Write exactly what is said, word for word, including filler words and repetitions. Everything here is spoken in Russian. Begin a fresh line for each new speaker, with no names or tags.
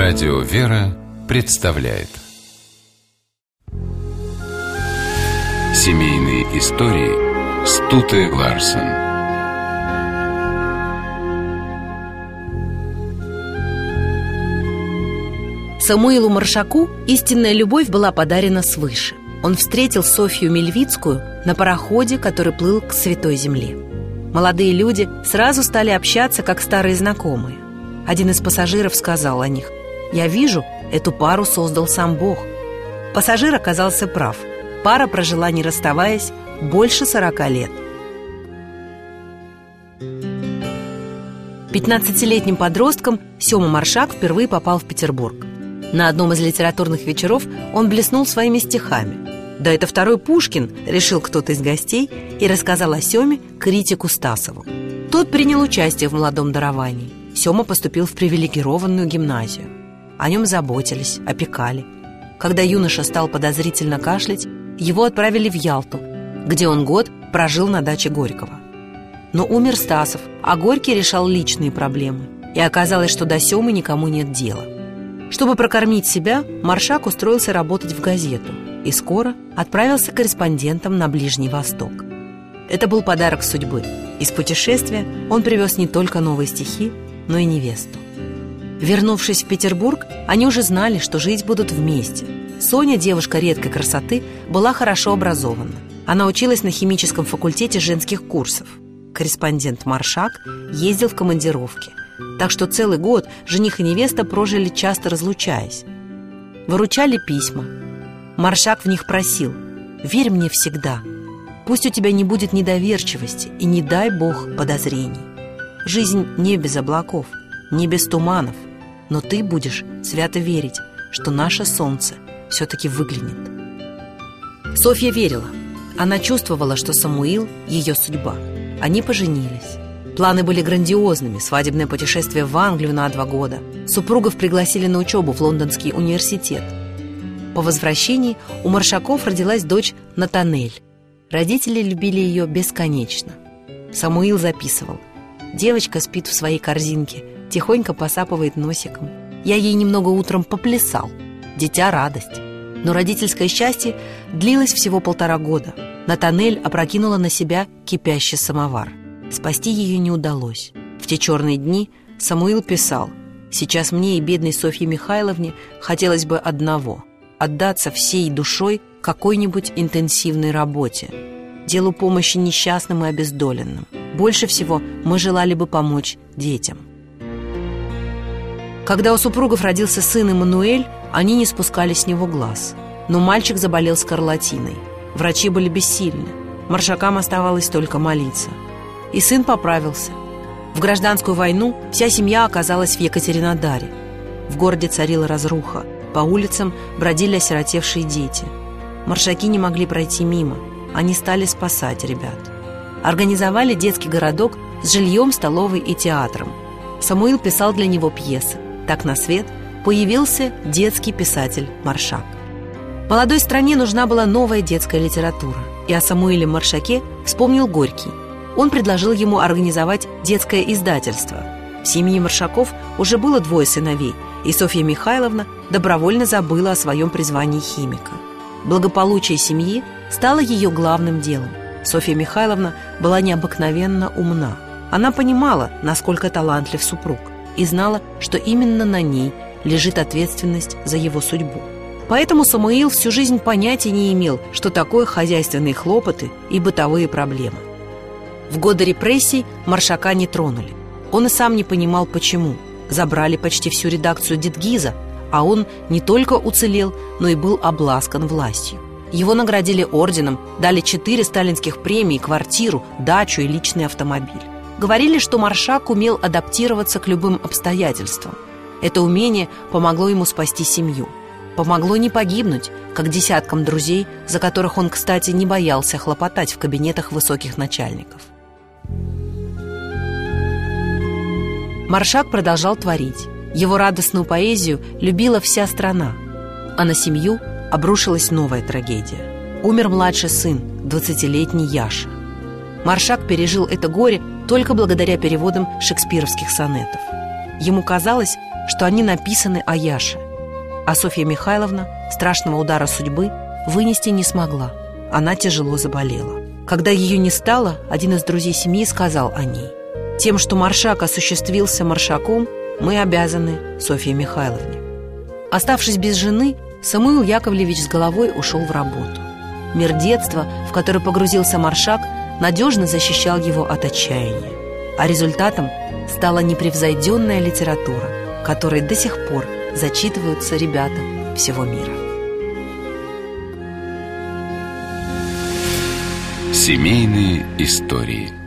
Радио «Вера» представляет семейные истории Стуте Ларсен.
Самуилу Маршаку истинная любовь была подарена свыше. Он встретил Софью Мельвицкую на пароходе, который плыл к Святой Земле. Молодые люди сразу стали общаться, как старые знакомые. Один из пассажиров сказал о них: «Я вижу, эту пару создал сам Бог». Пассажир оказался прав. Пара прожила, не расставаясь, больше сорока лет. Пятнадцатилетним подростком Сёма Маршак впервые попал в Петербург. На одном из литературных вечеров он блеснул своими стихами. «Да это второй Пушкин», — решил кто-то из гостей и рассказал о Сёме критику Стасову. Тот принял участие в молодом даровании. Сёма поступил в привилегированную гимназию. О нем заботились, опекали. Когда юноша стал подозрительно кашлять, его отправили в Ялту, где он год прожил на даче Горького. Но умер Стасов, а Горький решал личные проблемы. И оказалось, что до Сёмы никому нет дела. Чтобы прокормить себя, Маршак устроился работать в газету и скоро отправился корреспондентом на Ближний Восток. Это был подарок судьбы. Из путешествия он привез не только новые стихи, но и невесту. Вернувшись в Петербург, они уже знали, что жить будут вместе. Соня, девушка редкой красоты, была хорошо образована. Она училась на химическом факультете женских курсов. Корреспондент Маршак ездил в командировки, так что целый год жених и невеста прожили, часто разлучаясь. Выручали письма. Маршак в них просил: «Верь мне всегда. Пусть у тебя не будет недоверчивости и не дай Бог подозрений. Жизнь не без облаков, не без туманов, но ты будешь свято верить, что наше солнце все-таки выглянет». Софья верила. Она чувствовала, что Самуил – ее судьба. Они поженились. Планы были грандиозными: свадебное путешествие в Англию на два года. Супругов пригласили на учебу в Лондонский университет. По возвращении у Маршаков родилась дочь Натанель. Родители любили ее бесконечно. Самуил записывал: «Девочка спит в своей корзинке, тихонько посапывает носиком. Я ей немного утром поплясал. Дитя — радость». Но родительское счастье длилось всего полтора года. Натанель опрокинула на себя кипящий самовар. Спасти ее не удалось. В те черные дни Самуил писал: «Сейчас мне и бедной Софье Михайловне хотелось бы одного — отдаться всей душой какой-нибудь интенсивной работе, делу помощи несчастным и обездоленным. Больше всего мы желали бы помочь детям». Когда у супругов родился сын Эммануэль, они не спускали с него глаз. Но мальчик заболел скарлатиной. Врачи были бессильны. Маршакам оставалось только молиться. И сын поправился. В гражданскую войну вся семья оказалась в Екатеринодаре. В городе царила разруха. По улицам бродили осиротевшие дети. Маршаки не могли пройти мимо. Они стали спасать ребят. Организовали детский городок с жильем, столовой и театром. Самуил писал для него пьесы. Так на свет появился детский писатель Маршак. Молодой стране нужна была новая детская литература. И о Самуиле Маршаке вспомнил Горький. Он предложил ему организовать детское издательство. В семье Маршаков уже было двое сыновей, и Софья Михайловна добровольно забыла о своем призвании химика. Благополучие семьи стало ее главным делом. Софья Михайловна была необыкновенно умна. Она понимала, насколько талантлив супруг, и знала, что именно на ней лежит ответственность за его судьбу. Поэтому Самуил всю жизнь понятия не имел, что такое хозяйственные хлопоты и бытовые проблемы. В годы репрессий Маршака не тронули. Он и сам не понимал, почему. Забрали почти всю редакцию Дитгиза, а он не только уцелел, но и был обласкан властью. Его наградили орденом, дали четыре сталинских премии, квартиру, дачу и личный автомобиль. Говорили, что Маршак умел адаптироваться к любым обстоятельствам. Это умение помогло ему спасти семью. Помогло не погибнуть, как десяткам друзей, за которых он, кстати, не боялся хлопотать в кабинетах высоких начальников. Маршак продолжал творить. Его радостную поэзию любила вся страна. А на семью обрушилась новая трагедия. Умер младший сын, двадцатилетний Яша. Маршак пережил это горе только благодаря переводам шекспировских сонетов. Ему казалось, что они написаны о Яше. А Софья Михайловна страшного удара судьбы вынести не смогла. Она тяжело заболела. Когда ее не стало, один из друзей семьи сказал о ней: «Тем, что Маршак осуществился Маршаком, мы обязаны Софье Михайловне». Оставшись без жены, Самуил Яковлевич с головой ушел в работу. Мир детства, в который погрузился Маршак, надежно защищал его от отчаяния. А результатом стала непревзойденная литература, которой до сих пор зачитываются ребята всего мира.
Семейные истории.